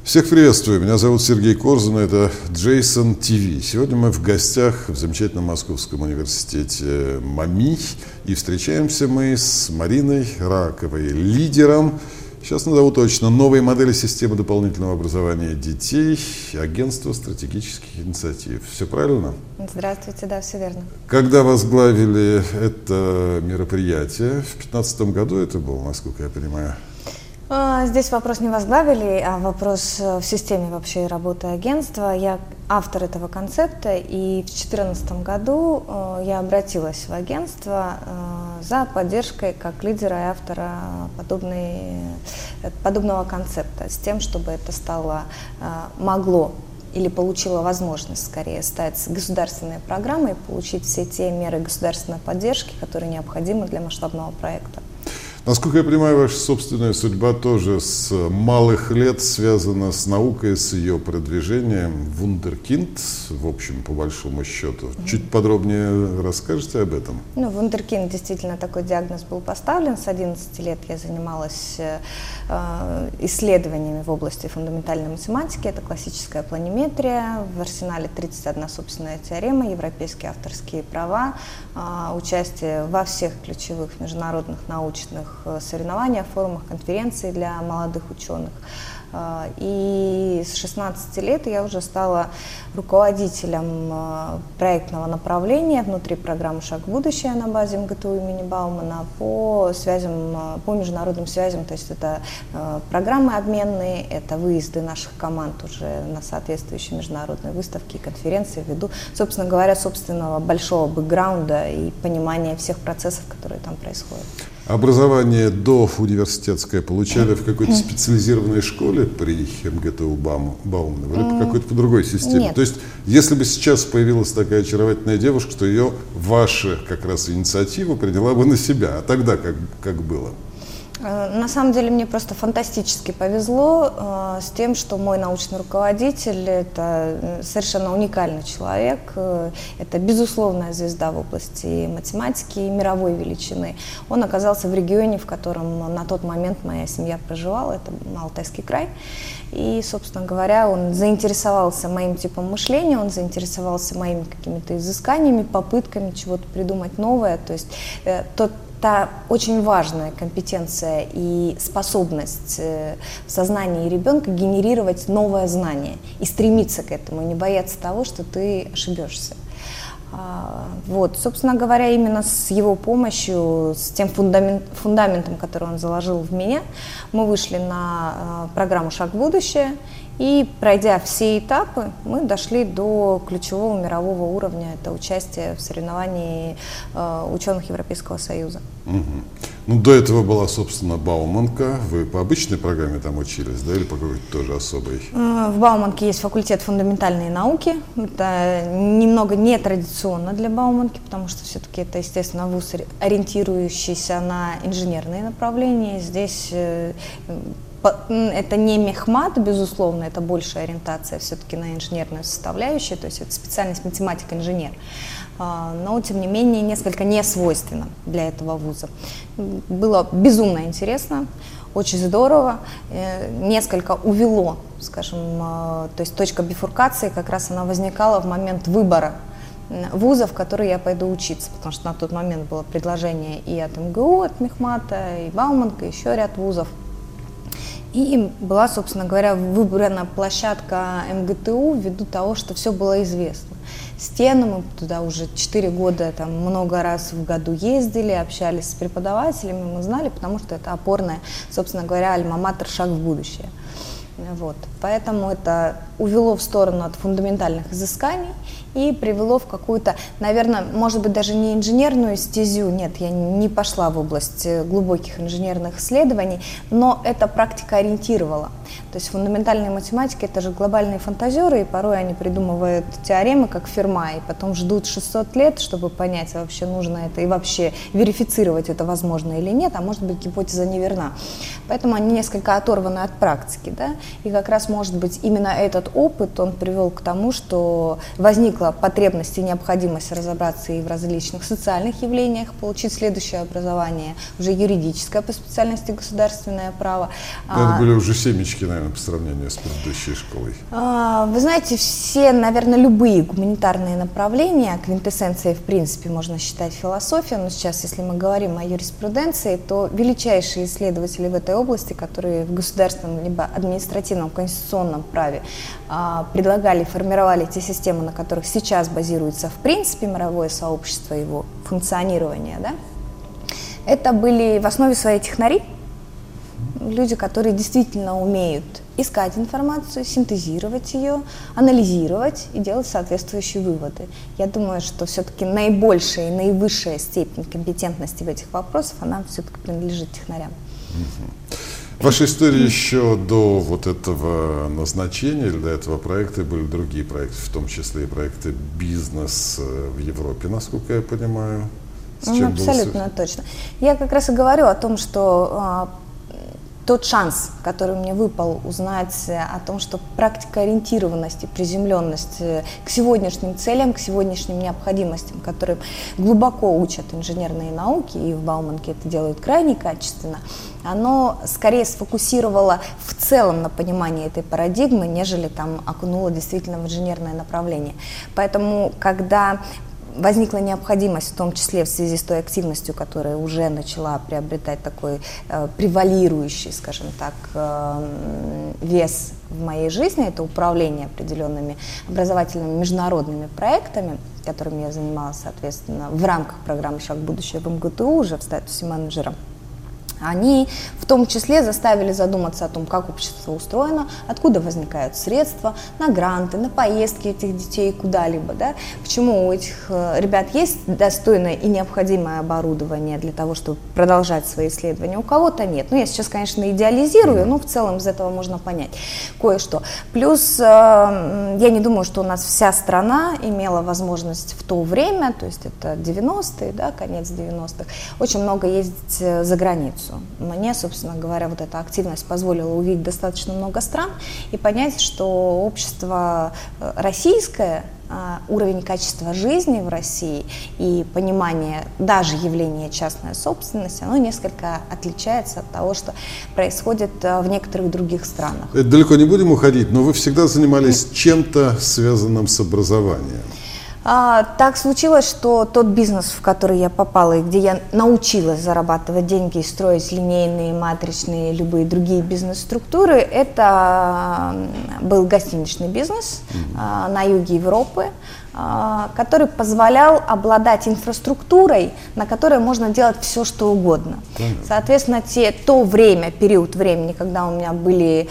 Всех приветствую, меня зовут Сергей Корзун, это Джейсон ТВ. Сегодня мы в гостях в замечательном Московском университете МАМИ. И встречаемся мы с Мариной Раковой, лидером, сейчас назову точно, новой модели системы дополнительного образования детей, агентства стратегических инициатив. Все правильно? Здравствуйте, да, все верно. Когда возглавили это мероприятие, в 2015 году это было, насколько я понимаю? Здесь вопрос не возглавили, а вопрос в системе вообще работы агентства. Я автор этого концепта, и в 2014 году я обратилась в агентство за поддержкой как лидера и автора подобного концепта, с тем, чтобы это могло или получило возможность, скорее, стать государственной программой и получить все те меры государственной поддержки, которые необходимы для масштабного проекта. Насколько я понимаю, ваша собственная судьба тоже с малых лет связана с наукой, с ее продвижением. Вундеркинд, в общем, по большому счету. Чуть подробнее расскажете об этом? Вундеркинд, действительно, такой диагноз был поставлен. С 11 лет я занималась исследованиями в области фундаментальной математики. Это классическая планиметрия. В арсенале 31 собственная теорема, европейские авторские права, участие во всех ключевых международных научных соревнованиях, форумах, конференций для молодых ученых. И с 16 лет я уже стала руководителем проектного направления внутри программы «Шаг в будущее» на базе МГТУ имени Баумана по международным связям. То есть это программы обменные, это выезды наших команд уже на соответствующие международные выставки и конференции ввиду, собственно говоря, собственного большого бэкграунда и понимания всех процессов, которые там происходят. Образование до университетское получали в какой-то специализированной школе при МГТУ Баумана или по какой-то другой системе? Нет. То есть, если бы сейчас появилась такая очаровательная девушка, то ее ваша как раз инициатива приняла бы на себя, а тогда как было? На самом деле мне просто фантастически повезло с тем, что мой научный руководитель – это совершенно уникальный человек, это безусловная звезда в области математики и мировой величины. Он оказался в регионе, в котором на тот момент моя семья проживала, это Алтайский край. И, собственно говоря, он заинтересовался моим типом мышления, он заинтересовался моими какими-то изысканиями, попытками чего-то придумать новое. То есть та очень важная компетенция и способность в сознании ребенка генерировать новое знание и стремиться к этому, и не бояться того, что ты ошибешься. Собственно говоря, именно с его помощью, с тем фундаментом, который он заложил в меня, мы вышли на программу «Шаг в будущее», и, пройдя все этапы, мы дошли до ключевого мирового уровня, это участие в соревновании ученых Европейского Союза. До этого была, собственно, Бауманка. Вы по обычной программе там учились, да, или по какой-то тоже особой? В Бауманке есть факультет фундаментальные науки. Это немного нетрадиционно для Бауманки, потому что все-таки это, естественно, вуз, ориентирующийся на инженерные направления. Здесь это не мехмат, безусловно, это большая ориентация все-таки на инженерную составляющую, то есть это специальность математик-инженер. Но, тем не менее, несколько не свойственно для этого вуза. Было безумно интересно, очень здорово, несколько увело, скажем, то есть точка бифуркации как раз она возникала в момент выбора вуза, в который я пойду учиться, потому что на тот момент было предложение и от МГУ, от мехмата, и Бауманка, еще ряд вузов. И была, собственно говоря, выбрана площадка МГТУ ввиду того, что все было известно. Стены, мы туда уже 4 года, там, много раз в году ездили, общались с преподавателями, мы знали, потому что это опорная, собственно говоря, альма-матер «Шаг в будущее». Поэтому это увело в сторону от фундаментальных изысканий и привело в какую-то, наверное, может быть, даже не инженерную стезю, нет, я не пошла в область глубоких инженерных исследований, но эта практика ориентировала. То есть фундаментальные математики – это же глобальные фантазеры, и порой они придумывают теоремы, как Ферма, и потом ждут 600 лет, чтобы понять, вообще нужно это, и вообще верифицировать, это возможно или нет, а может быть, гипотеза неверна. Поэтому они несколько оторваны от практики, да, и как раз, может быть, именно этот опыт, он привел к тому, что возникла потребность и необходимость разобраться и в различных социальных явлениях, получить следующее образование, уже юридическое по специальности государственное право. Это были уже семечки новички, наверное, по сравнению с предыдущей школой? Вы знаете, все, наверное, любые гуманитарные направления, квинтэссенцией, в принципе, можно считать философия, но сейчас, если мы говорим о юриспруденции, то величайшие исследователи в этой области, которые в государственном либо административном конституционном праве предлагали, формировали те системы, на которых сейчас базируется, в принципе, мировое сообщество, его функционирование, да, это были в основе своей технари, люди, которые действительно умеют искать информацию, синтезировать ее, анализировать и делать соответствующие выводы. Я думаю, что все-таки наибольшая и наивысшая степень компетентности в этих вопросах, она все-таки принадлежит технарям. В вашей истории еще до вот этого назначения или до этого проекта были другие проекты, в том числе и проекты «Бизнес» в Европе, насколько я понимаю. Абсолютно точно. Я как раз и говорю о том, что тот шанс, который мне выпал узнать о том, что практикоориентированность и приземленность к сегодняшним целям, к сегодняшним необходимостям, которые глубоко учат инженерные науки, и в Бауманке это делают крайне качественно, оно скорее сфокусировало в целом на понимании этой парадигмы, нежели там окунуло действительно в инженерное направление. Поэтому, когда возникла необходимость, в том числе в связи с той активностью, которая уже начала приобретать такой превалирующий, скажем так, вес в моей жизни, это управление определенными образовательными международными проектами, которыми я занималась, соответственно, в рамках программы «Шаг в будущее» в МГТУ уже в статусе менеджера. Они в том числе заставили задуматься о том, как общество устроено, откуда возникают средства на гранты, на поездки этих детей куда-либо, да? Почему у этих ребят есть достойное и необходимое оборудование для того, чтобы продолжать свои исследования, у кого-то нет. Ну, я сейчас, конечно, идеализирую, но в целом из этого можно понять кое-что. Плюс я не думаю, что у нас вся страна имела возможность в то время, то есть это 90-е, да, конец 90-х, очень много ездить за границу. Мне, собственно говоря, вот эта активность позволила увидеть достаточно много стран и понять, что общество российское, уровень качества жизни в России и понимание даже явления частной собственности, оно несколько отличается от того, что происходит в некоторых других странах. Далеко не будем уходить, но вы всегда занимались чем-то связанным с образованием. Так случилось, что тот бизнес, в который я попала и где я научилась зарабатывать деньги и строить линейные, матричные, любые другие бизнес-структуры, это был гостиничный бизнес на юге Европы, который позволял обладать инфраструктурой, на которой можно делать все, что угодно. Соответственно, период времени, когда у меня были,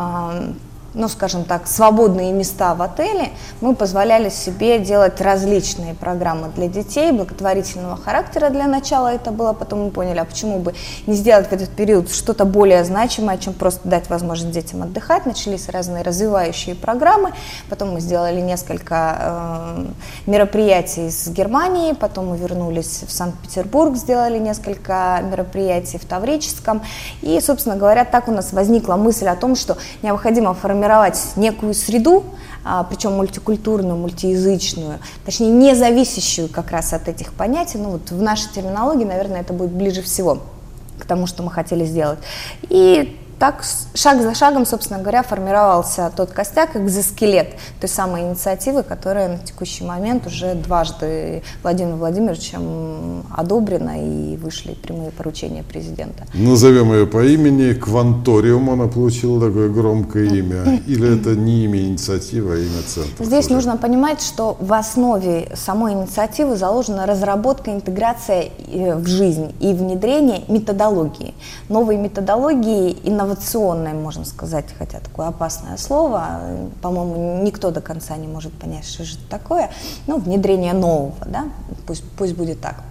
ну, скажем так, свободные места в отеле, мы позволяли себе делать различные программы для детей, благотворительного характера для начала это было, потом мы поняли, а почему бы не сделать в этот период что-то более значимое, чем просто дать возможность детям отдыхать. Начались разные развивающие программы, потом мы сделали несколько мероприятий с Германией, потом мы вернулись в Санкт-Петербург, сделали несколько мероприятий в Таврическом, и, собственно говоря, так у нас возникла мысль о том, что необходимо формировать некую среду, причем мультикультурную, мультиязычную, точнее не зависящую как раз от этих понятий. Ну вот в нашей терминологии, наверное, это будет ближе всего к тому, что мы хотели сделать. И так шаг за шагом, собственно говоря, формировался тот костяк, экзоскелет той самой инициативы, которая на текущий момент уже дважды Владимиром Владимировичем одобрена и вышли прямые поручения президента. Назовем ее по имени Кванториум, она получила такое громкое имя, или это не имя инициативы, а имя центра? Здесь нужно понимать, что в основе самой инициативы заложена разработка, интеграция в жизнь и внедрение методологии. Новые методологии, инновационное, можно сказать, хотя такое опасное слово, по-моему, никто до конца не может понять, что же это такое, ну, внедрение нового, да, пусть будет так.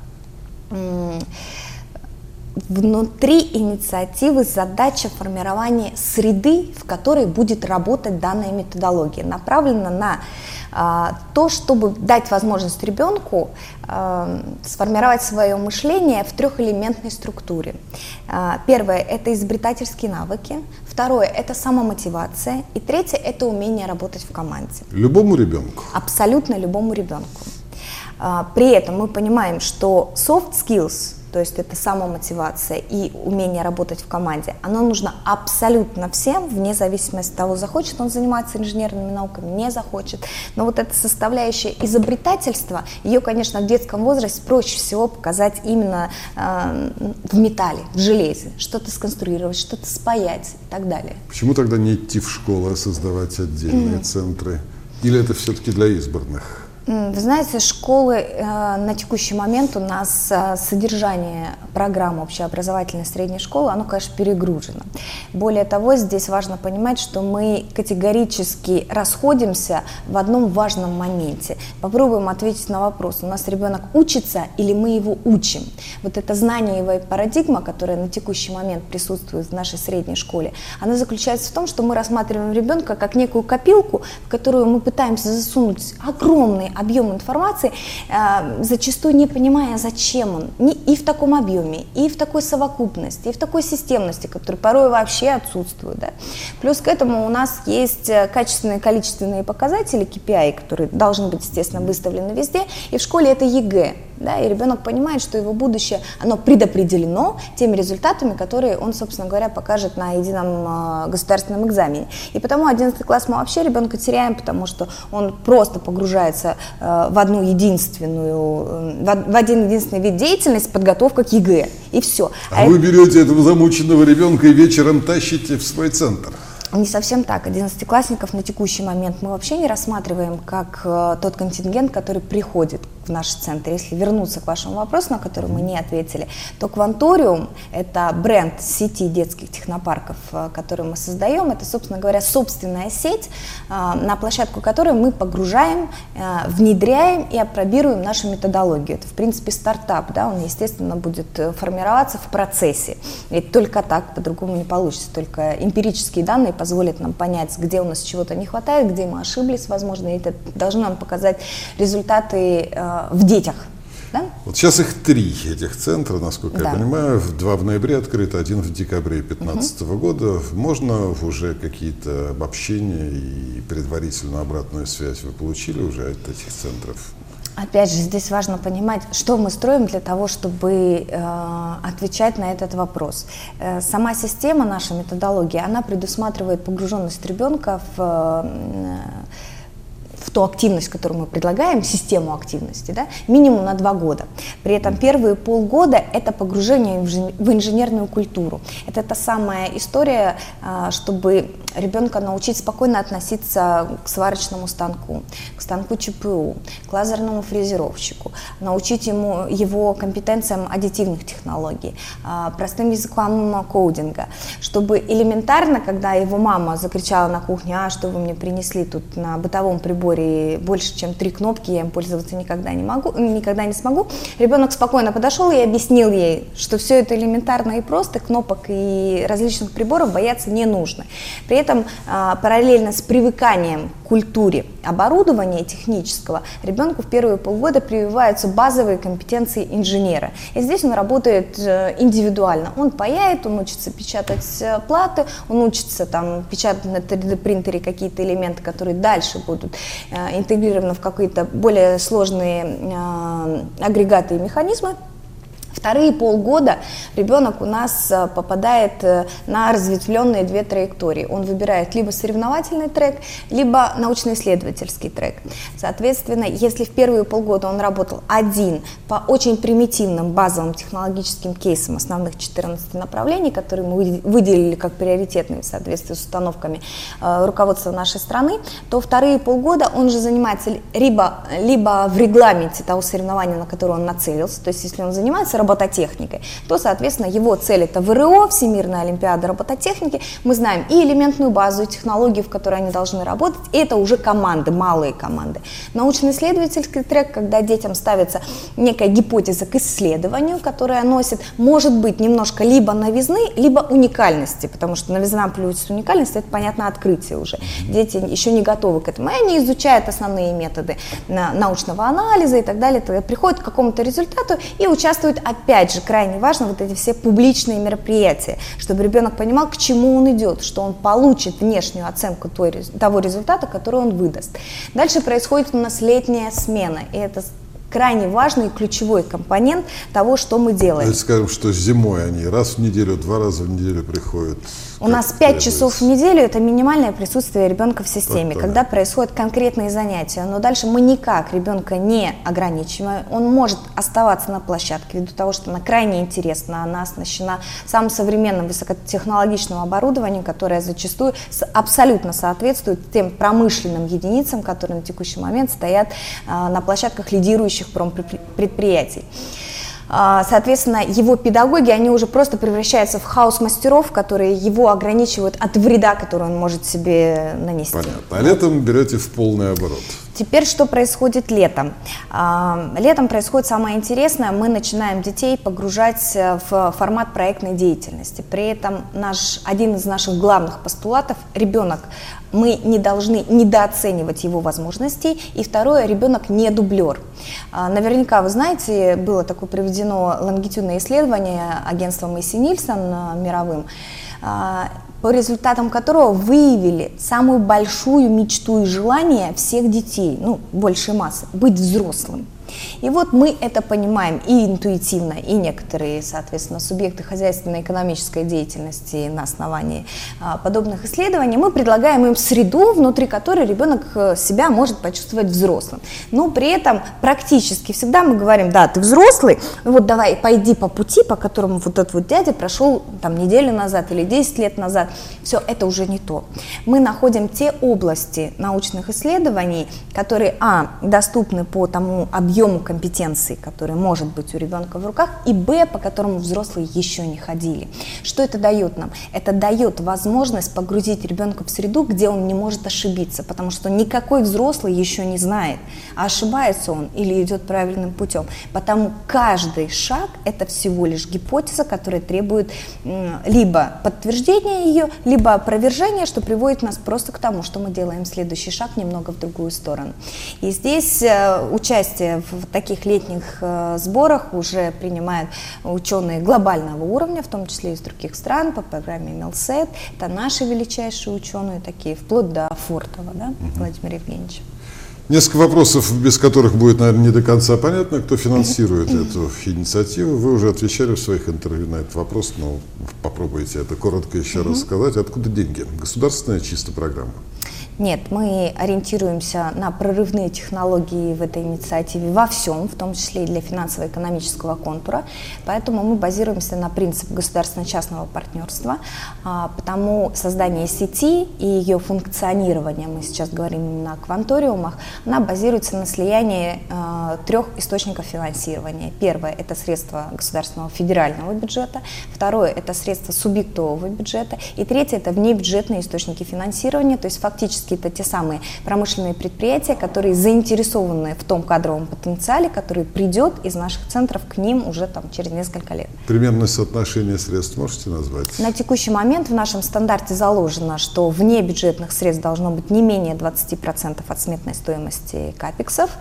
Внутри инициативы задача формирования среды, в которой будет работать данная методология, направлена на то, чтобы дать возможность ребенку сформировать свое мышление в трехэлементной структуре. Первое – это изобретательские навыки, второе – это самомотивация, и третье – это умение работать в команде. Любому ребенку? Абсолютно любому ребенку. При этом мы понимаем, что soft skills, то есть это самомотивация и умение работать в команде, оно нужно абсолютно всем, вне зависимости от того, захочет он заниматься инженерными науками, не захочет. Но вот эта составляющая изобретательства, ее, конечно, в детском возрасте проще всего показать именно в металле, в железе, что-то сконструировать, что-то спаять и так далее. Почему тогда не идти в школу, а создавать отдельные центры? Или это все-таки для избранных? Вы знаете, школы на текущий момент у нас содержание программы общеобразовательной средней школы, оно, конечно, перегружено. Более того, здесь важно понимать, что мы категорически расходимся в одном важном моменте. Попробуем ответить на вопрос, у нас ребенок учится или мы его учим? Вот это знаниевая парадигма, которая на текущий момент присутствует в нашей средней школе, она заключается в том, что мы рассматриваем ребенка как некую копилку, в которую мы пытаемся засунуть огромный объем информации, зачастую не понимая, зачем он, и в таком объеме, и в такой совокупности, и в такой системности, которая порой вообще отсутствует. Да? Плюс к этому у нас есть качественные, количественные показатели KPI, которые должны быть, естественно, выставлены везде, и в школе это ЕГЭ. Да, и ребенок понимает, что его будущее, оно предопределено теми результатами, которые он, собственно говоря, покажет на едином государственном экзамене. И потому 11 класс мы вообще ребенка теряем, потому что он просто погружается в один единственный вид деятельности, подготовка к ЕГЭ, и все. А вы берете этого замученного ребенка и вечером тащите в свой центр? Не совсем так. 11-классников на текущий момент мы вообще не рассматриваем как тот контингент, который приходит в наш центр. Если вернуться к вашему вопросу, на который мы не ответили, то Кванториум – это бренд сети детских технопарков, который мы создаем. Это, собственно говоря, собственная сеть, на площадку которой мы погружаем, внедряем и апробируем нашу методологию. Это, в принципе, стартап, да, он, естественно, будет формироваться в процессе. И только так, по-другому не получится. Только эмпирические данные позволят нам понять, где у нас чего-то не хватает, где мы ошиблись, возможно, и это должно нам показать результаты в детях. Да? Вот сейчас их 3, этих центра, насколько я понимаю, 2 в ноябре открыто, 1 в декабре 2015 года. Можно уже какие-то обобщения и предварительную обратную связь вы получили уже от этих центров? Опять же, здесь важно понимать, что мы строим для того, чтобы отвечать на этот вопрос. Сама система, наша методология, она предусматривает погруженность ребенка в ту активность, которую мы предлагаем, систему активности, да, минимум на 2 года. При этом первые полгода – это погружение в инженерную культуру. Это та самая история, чтобы ребенка научить спокойно относиться к сварочному станку, к станку ЧПУ, к лазерному фрезеровщику, научить его компетенциям аддитивных технологий, простым языкам кодинга, чтобы элементарно, когда его мама закричала на кухне: «А что вы мне принесли тут на бытовом приборе больше, чем 3 кнопки, я им пользоваться никогда не смогу», ребенок спокойно подошел и объяснил ей, что все это элементарно и просто, кнопок и различных приборов бояться не нужно. При этом параллельно с привыканием к культуре оборудования технического ребенку в первые полгода прививаются базовые компетенции инженера. И здесь он работает индивидуально. Он паяет, он учится печатать платы, он учится печатать на 3D-принтере какие-то элементы, которые дальше будут интегрированы в какие-то более сложные агрегаты и механизмы. Вторые полгода ребенок у нас попадает на разветвленные 2 траектории. Он выбирает либо соревновательный трек, либо научно-исследовательский трек. Соответственно, если в первые полгода он работал один по очень примитивным базовым технологическим кейсам основных 14 направлений, которые мы выделили как приоритетные в соответствии с установками руководства нашей страны, то вторые полгода он же занимается либо в регламенте того соревнования, на которое он нацелился, то есть если он занимается робототехникой, то, соответственно, его цель — это ВРО, Всемирная олимпиада робототехники. Мы знаем и элементную базу, и технологии, в которой они должны работать, и это уже команды, малые команды. Научно-исследовательский трек, когда детям ставится некая гипотеза к исследованию, которая носит, может быть, немножко либо новизны, либо уникальности, потому что новизна плюс уникальность — это, понятно, открытие уже. Дети еще не готовы к этому, и они изучают основные методы научного анализа и так далее, тогда приходят к какому-то результату и участвуют. Опять же, крайне важно вот эти все публичные мероприятия, чтобы ребенок понимал, к чему он идет, что он получит внешнюю оценку того результата, который он выдаст. Дальше происходит у нас летняя смена, и это крайне важный и ключевой компонент того, что мы делаем. Давайте скажем, что зимой они раз в неделю, 2 раза в неделю приходят. У нас 5 часов в неделю – это минимальное присутствие ребенка в системе, Так, когда происходят конкретные занятия. Но дальше мы никак ребенка не ограничиваем. Он может оставаться на площадке ввиду того, что она крайне интересна, она оснащена самым современным высокотехнологичным оборудованием, которое зачастую абсолютно соответствует тем промышленным единицам, которые на текущий момент стоят на площадках лидирующих промпредприятий. Соответственно, его педагоги, они уже просто превращаются в хаос мастеров, которые его ограничивают от вреда, который он может себе нанести. Понятно. А летом берете в полный оборот. Теперь, что происходит летом? Летом происходит самое интересное. Мы начинаем детей погружать в формат проектной деятельности. При этом один из наших главных постулатов – ребенок. Мы не должны недооценивать его возможностей. И второе – ребенок не дублер. Наверняка вы знаете, было такое проведено лонгитюдное исследование агентством Мэйси Нильсон мировым, по результатам которого выявили самую большую мечту и желание всех детей, большей массы, быть взрослым. И вот мы это понимаем и интуитивно, и некоторые, соответственно, субъекты хозяйственно-экономической деятельности на основании подобных исследований, мы предлагаем им среду, внутри которой ребенок себя может почувствовать взрослым. Но при этом практически всегда мы говорим: да, ты взрослый, вот давай пойди по пути, по которому вот этот вот дядя прошел неделю назад или 10 лет назад. Все, это уже не то. Мы находим те области научных исследований, которые, доступны по тому объему компетенций, который может быть у ребенка в руках, и по которому взрослые еще не ходили. Что это дает нам? Это дает возможность погрузить ребенка в среду, где он не может ошибиться, потому что никакой взрослый еще не знает, ошибается он или идет правильным путем. Потому каждый шаг – это всего лишь гипотеза, которая требует либо подтверждения ее, либо опровержения, что приводит нас просто к тому, что мы делаем следующий шаг немного в другую сторону. И здесь участие в таких летних сборах уже принимают ученые глобального уровня, в том числе из других стран, по программе МелСет. Это наши величайшие ученые, такие, вплоть до Фортова, Владимира Евгеньевича. Несколько вопросов, без которых будет, наверное, не до конца понятно, кто финансирует эту инициативу. Вы уже отвечали в своих интервью на этот вопрос, но попробуйте это коротко еще раз сказать. Откуда деньги? Государственная чисто программа? Нет, мы ориентируемся на прорывные технологии в этой инициативе во всем, в том числе и для финансово-экономического контура. Поэтому мы базируемся на принципе государственно-частного партнерства. Потому создание сети и ее функционирование, мы сейчас говорим именно о кванториумах, она базируется на слиянии 3 источников финансирования. Первое – это средства государственного федерального бюджета. Второе – это средства субъектового бюджета. И третье – это внебюджетные источники финансирования, то есть фактически это те самые промышленные предприятия, которые заинтересованы в том кадровом потенциале, который придет из наших центров к ним уже через несколько лет. Примерное соотношение средств можете назвать? На текущий момент в нашем стандарте заложено, что вне бюджетных средств должно быть не менее 20% от сметной стоимости капексов.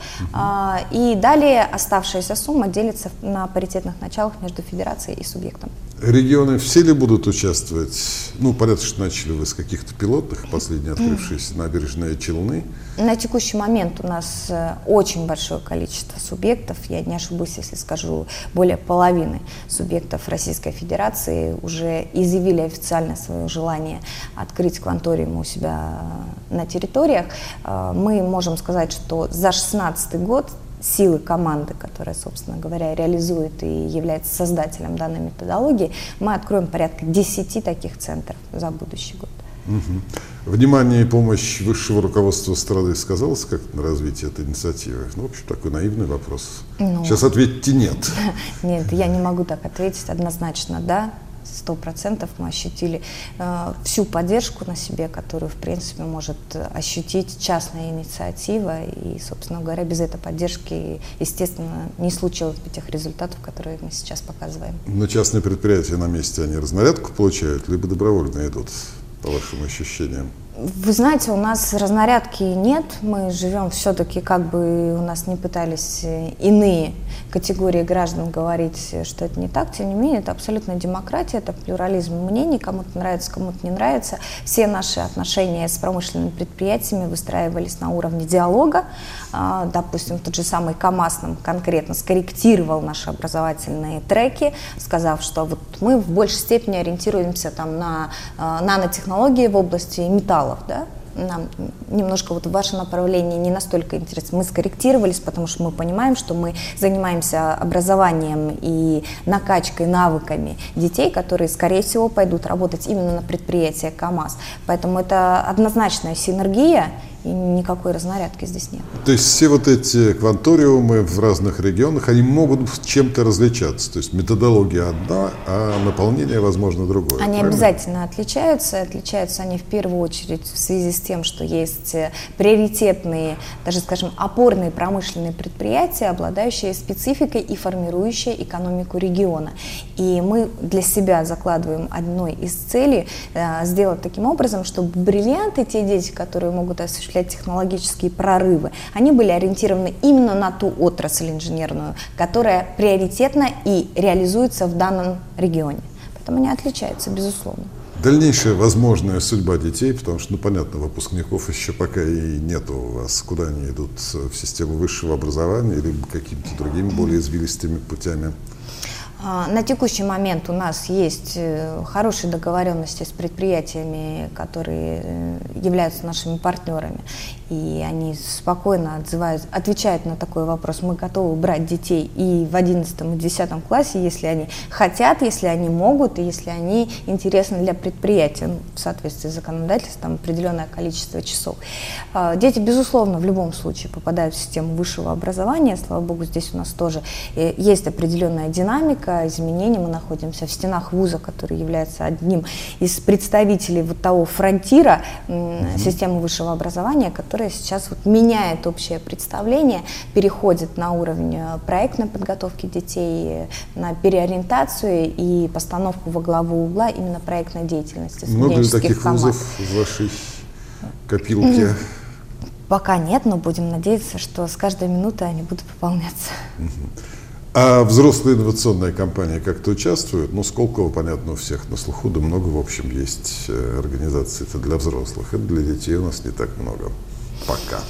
И далее оставшаяся сумма делится на паритетных началах между федерацией и субъектом. Регионы все ли будут участвовать? Понятно, что начали вы с каких-то пилотных, последние открывшиеся набережные Челны. На текущий момент у нас очень большое количество субъектов, я не ошибусь, если скажу, более половины субъектов Российской Федерации уже изъявили официально свое желание открыть кванториумы у себя на территориях. Мы можем сказать, что за 2016 год силы команды, которая, собственно говоря, реализует и является создателем данной методологии, мы откроем порядка 10 таких центров за будущий год. Внимание и помощь высшего руководства страны сказалось как на развитие этой инициативы? В общем, такой наивный вопрос. Сейчас ответьте нет. Нет, я не могу так ответить однозначно, да. 100% мы ощутили всю поддержку на себе, которую, в принципе, может ощутить частная инициатива. И, собственно говоря, без этой поддержки, естественно, не случилось бы тех результатов, которые мы сейчас показываем. Но частные предприятия на месте, они разнарядку получают, либо добровольно идут, по вашим ощущениям? Вы знаете, у нас разнарядки нет, мы живем все-таки, как бы у нас не пытались иные категории граждан говорить, что это не так, тем не менее, это абсолютная демократия, это плюрализм мнений, кому-то нравится, кому-то не нравится. Все наши отношения с промышленными предприятиями выстраивались на уровне диалога. Допустим, тот же самый КамАЗ нам конкретно скорректировал наши образовательные треки, сказав, что вот мы в большей степени ориентируемся там на нанотехнологии в области металлов, да? Нам немножко вот ваше направление не настолько интересно. Мы скорректировались, потому что мы понимаем, что мы занимаемся образованием и накачкой навыками детей, которые, скорее всего, пойдут работать именно на предприятие КамАЗ. Поэтому это однозначная синергия, и никакой разнарядки здесь нет. То есть все вот эти кванториумы в разных регионах, они могут чем-то различаться. То есть методология одна, а наполнение, возможно, другое. Они правильно? обязательно отличаются. Отличаются они в первую очередь в связи с тем, что есть приоритетные, даже, скажем, опорные промышленные предприятия, обладающие спецификой и формирующие экономику региона. И мы для себя закладываем одной из целей сделать таким образом, чтобы бриллианты, те дети, которые могут осуществлять технологические прорывы, они были ориентированы именно на ту отрасль инженерную, которая приоритетна и реализуется в данном регионе. Поэтому они отличаются, безусловно. Дальнейшая возможная судьба детей, потому что, ну, понятно, выпускников еще пока и нету у вас. Куда они идут? В систему высшего образования или какими-то другими более извилистыми путями? На текущий момент у нас есть хорошие договоренности с предприятиями, которые являются нашими партнерами, и они спокойно отвечают на такой вопрос. Мы готовы брать детей и в 11 и 10 классе, если они хотят, если они могут, и если они интересны для предприятия, в соответствии с законодательством, определенное количество часов. Дети, безусловно, в любом случае попадают в систему высшего образования. Слава богу, здесь у нас тоже есть определенная динамика изменений. Мы находимся в стенах вуза, который является одним из представителей вот того фронтира системы высшего образования, которая сейчас вот меняет общее представление, переходит на уровень проектной подготовки детей, на переориентацию и постановку во главу угла именно проектной деятельности. Много ли таких вузов в вашей копилке? Пока нет, но будем надеяться, что с каждой минутой они будут пополняться. А взрослые инновационные компании как-то участвуют? Ну, Сколково, понятно, у всех на слуху, да много, в общем, есть организаций для взрослых. Это для детей у нас не так много. Пока.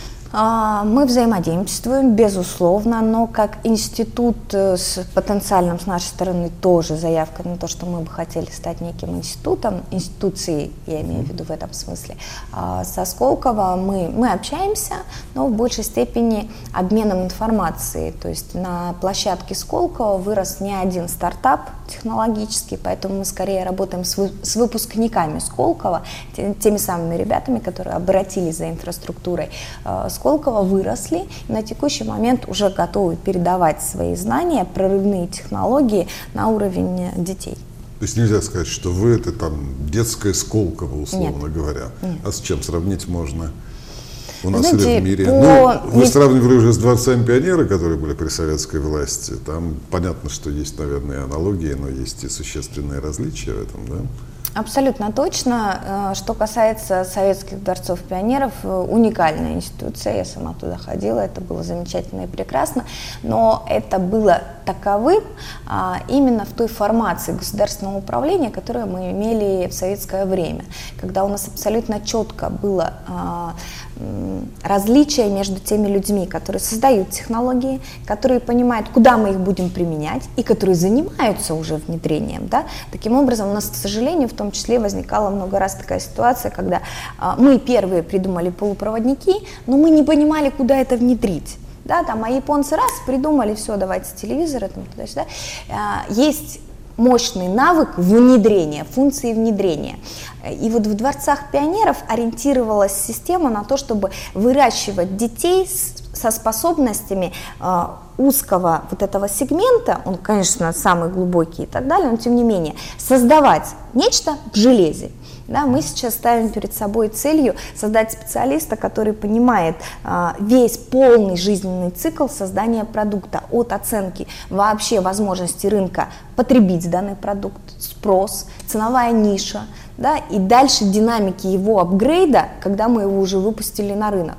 Мы взаимодействуем, безусловно, но как институт с потенциальным с нашей стороны тоже заявка на то, что мы бы хотели стать неким институтом, институцией, я имею в виду в этом смысле. Со Сколково мы общаемся, но в большей степени обменом информацией. То есть на площадке Сколково вырос не один стартап технологический, поэтому мы скорее работаем с выпускниками Сколково, теми самыми ребятами, которые обратились за инфраструктурой Сколково, выросли и на текущий момент уже готовы передавать свои знания, прорывные технологии на уровень детей. То есть нельзя сказать, что вы это там детское Сколково, условно говоря. Нет. А с чем сравнить можно? У нас Знаете, или в мире? Вы сравнивали уже с дворцами пионера, которые были при советской власти. Там понятно, что есть, наверное, аналогии, но есть и существенные различия в этом, да? Абсолютно точно. Что касается советских дворцов пионеров, уникальная институция, я сама туда ходила, это было замечательно и прекрасно, но это было таковым именно в той формации государственного управления, которую мы имели в советское время, когда у нас абсолютно четко было различие между теми людьми, которые создают технологии, которые понимают, куда мы их будем применять, и которые занимаются уже внедрением. Да? Таким образом, у нас, к сожалению, в том числе возникала много раз такая ситуация, когда мы первые придумали полупроводники, но мы не понимали, куда это внедрить. Да, там, а японцы раз придумали, все, давайте телевизоры, там, туда-сюда. Есть мощный навык внедрения, функции внедрения. И вот в дворцах пионеров ориентировалась система на то, чтобы выращивать детей со способностями узкого вот этого сегмента, он, конечно, самый глубокий и так далее, но тем не менее, создавать нечто в железе. Да, мы сейчас ставим перед собой целью создать специалиста, который понимает весь полный жизненный цикл создания продукта, от оценки вообще возможности рынка потребить данный продукт, спрос, ценовая ниша, да, и дальше динамики его апгрейда, когда мы его уже выпустили на рынок.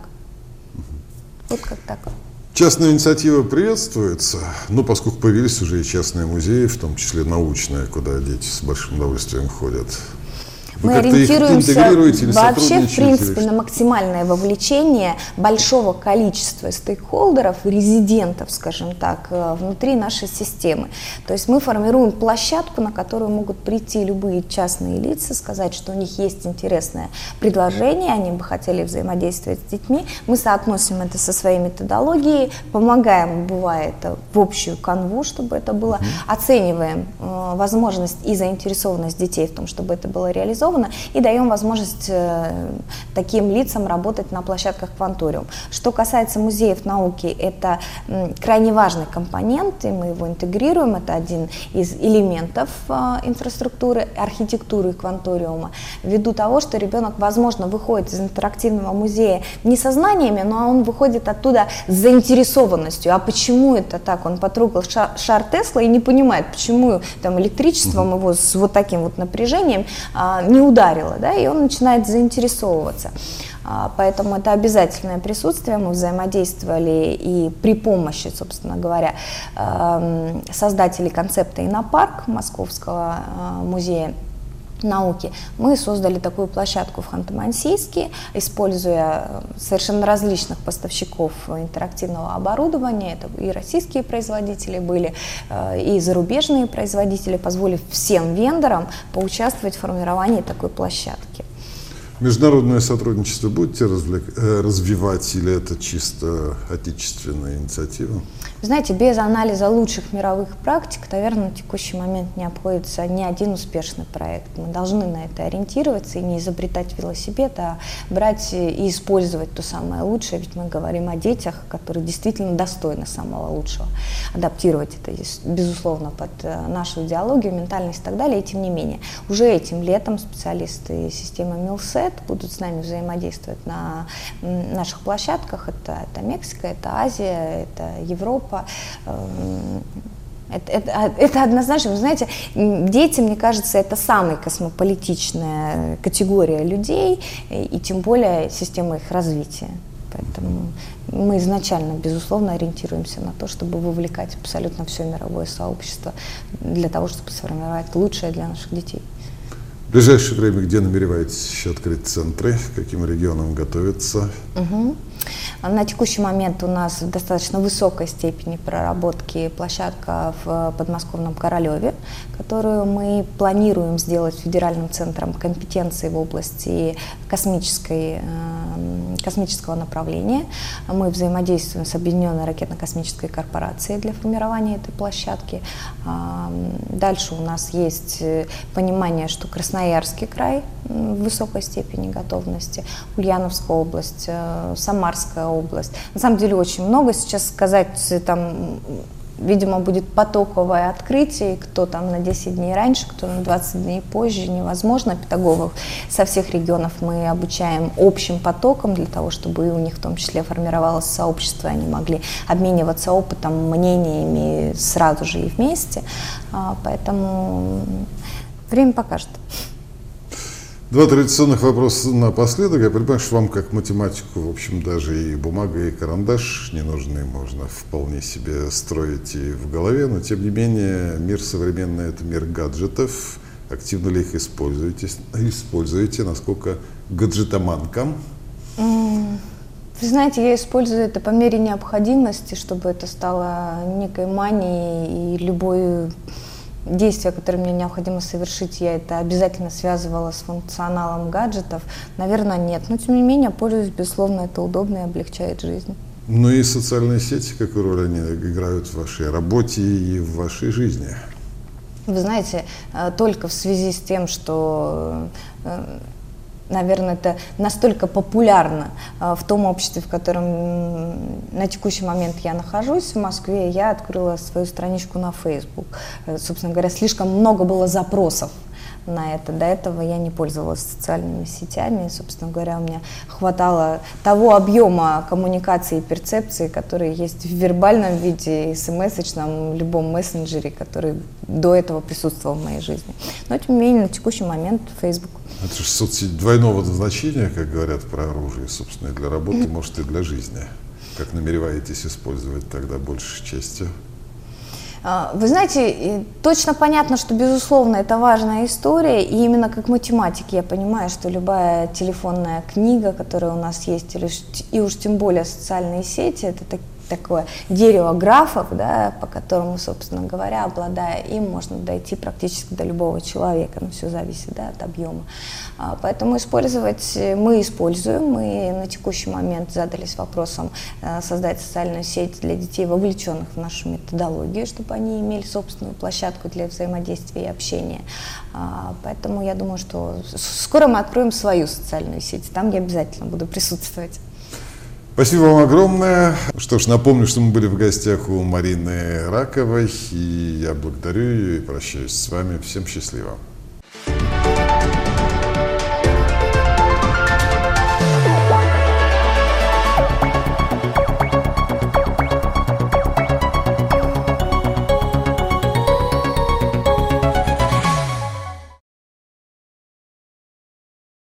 Вот как так. Частная инициатива приветствуется, но поскольку появились уже и частные музеи, в том числе научные, куда дети с большим удовольствием ходят. Вы мы ориентируемся вообще, в принципе, или на максимальное вовлечение большого количества стейкхолдеров, резидентов, скажем так, внутри нашей системы. То есть мы формируем площадку, на которую могут прийти любые частные лица, сказать, что у них есть интересное предложение, они бы хотели взаимодействовать с детьми. Мы соотносим это со своей методологией, помогаем, бывает, в общую канву, чтобы это было, оцениваем возможность и заинтересованность детей в том, чтобы это было реализовано, и даем возможность таким лицам работать на площадках Кванториум. Что касается музеев науки, это крайне важный компонент, и мы его интегрируем, это один из элементов инфраструктуры, архитектуры Кванториума, ввиду того, что ребенок, возможно, выходит из интерактивного музея не со знаниями, но он выходит оттуда с заинтересованностью. А почему это так? Он потрогал шар Тесла и не понимает, почему там электричеством его с вот таким вот напряжением не ударило, да, и он начинает заинтересовываться. Поэтому это обязательное присутствие. Мы взаимодействовали и при помощи, собственно говоря, создателей концепта «Инопарк» Московского музея науки, мы создали такую площадку в Ханты-Мансийске, используя совершенно различных поставщиков интерактивного оборудования. Это и российские производители были, и зарубежные производители, позволив всем вендорам поучаствовать в формировании такой площадки. Международное сотрудничество будете развивать, или это чисто отечественная инициатива? Знаете, без анализа лучших мировых практик, наверное, на текущий момент не обходится ни один успешный проект. Мы должны на это ориентироваться и не изобретать велосипед, а брать и использовать то самое лучшее, ведь мы говорим о детях, которые действительно достойны самого лучшего. Адаптировать это, безусловно, под нашу идеологию, ментальность и так далее, и тем не менее. Уже этим летом специалисты системы Милсет будут с нами взаимодействовать на наших площадках. Это Мексика, это Азия, это Европа. Это однозначно, вы знаете, дети, мне кажется, это самая космополитичная категория людей, и тем более система их развития. Поэтому мы изначально, безусловно, ориентируемся на то, чтобы вовлекать абсолютно все мировое сообщество для того, чтобы сформировать лучшее для наших детей. В ближайшее время где намереваетесь еще открыть центры, к каким регионам готовятся? На текущий момент у нас в достаточно высокой степени проработки площадка в подмосковном Королеве, которую мы планируем сделать федеральным центром компетенции в области космического направления. Мы взаимодействуем с Объединенной ракетно-космической корпорацией для формирования этой площадки. Дальше у нас есть понимание, что Красноярский край в высокой степени готовности, Ульяновская область, Самарская область. На самом деле очень много. Сейчас сказать, там, видимо, будет потоковое открытие, кто там на 10 дней раньше, кто на 20 дней позже, невозможно. Педагогов со всех регионов мы обучаем общим потоком для того, чтобы у них в том числе формировалось сообщество, они могли обмениваться опытом, мнениями сразу же и вместе. Поэтому время покажет. Два традиционных вопроса напоследок. Я понимаю, что вам, как математику, в общем, даже и бумага, и карандаш не нужны. Можно вполне себе строить и в голове, но, тем не менее, мир современный – это мир гаджетов. Активно ли их используете? Насколько гаджетоманка? Вы знаете, я использую это по мере необходимости, чтобы это стало некой манией, и любое действие, которое мне необходимо совершить, я это обязательно связывала с функционалом гаджетов. Наверное, нет. Но, тем не менее, пользуюсь, безусловно, это удобно и облегчает жизнь. Ну и социальные сети, какую роль они играют в вашей работе и в вашей жизни? Вы знаете, только в связи с тем, что, наверное, это настолько популярно в том обществе, в котором на текущий момент я нахожусь, в Москве, я открыла свою страничку на Facebook. Собственно говоря, слишком много было запросов на это. До этого я не пользовалась социальными сетями, и, собственно говоря, у меня хватало того объема коммуникации и перцепции, которые есть в вербальном виде, смс-очном, любом мессенджере, который до этого присутствовал в моей жизни. Но, тем не менее, на текущий момент Facebook. Это же соцсеть двойного назначения, как говорят про оружие, собственно, и для работы, может, и для жизни. Как намереваетесь использовать тогда большей частью? Вы знаете, точно понятно, что, безусловно, это важная история, и именно как математик я понимаю, что любая телефонная книга, которая у нас есть, и уж тем более социальные сети, это такое дерево графов, да, по которому, собственно говоря, обладая им, можно дойти практически до любого человека, но все зависит, да, от объема. Поэтому мы используем, мы на текущий момент задались вопросом создать социальную сеть для детей, вовлеченных в нашу методологию, чтобы они имели собственную площадку для взаимодействия и общения. Поэтому я думаю, что скоро мы откроем свою социальную сеть, там я обязательно буду присутствовать. Спасибо вам огромное. Что ж, напомню, что мы были в гостях у Марины Раковой, и я благодарю ее и прощаюсь с вами. Всем счастливо.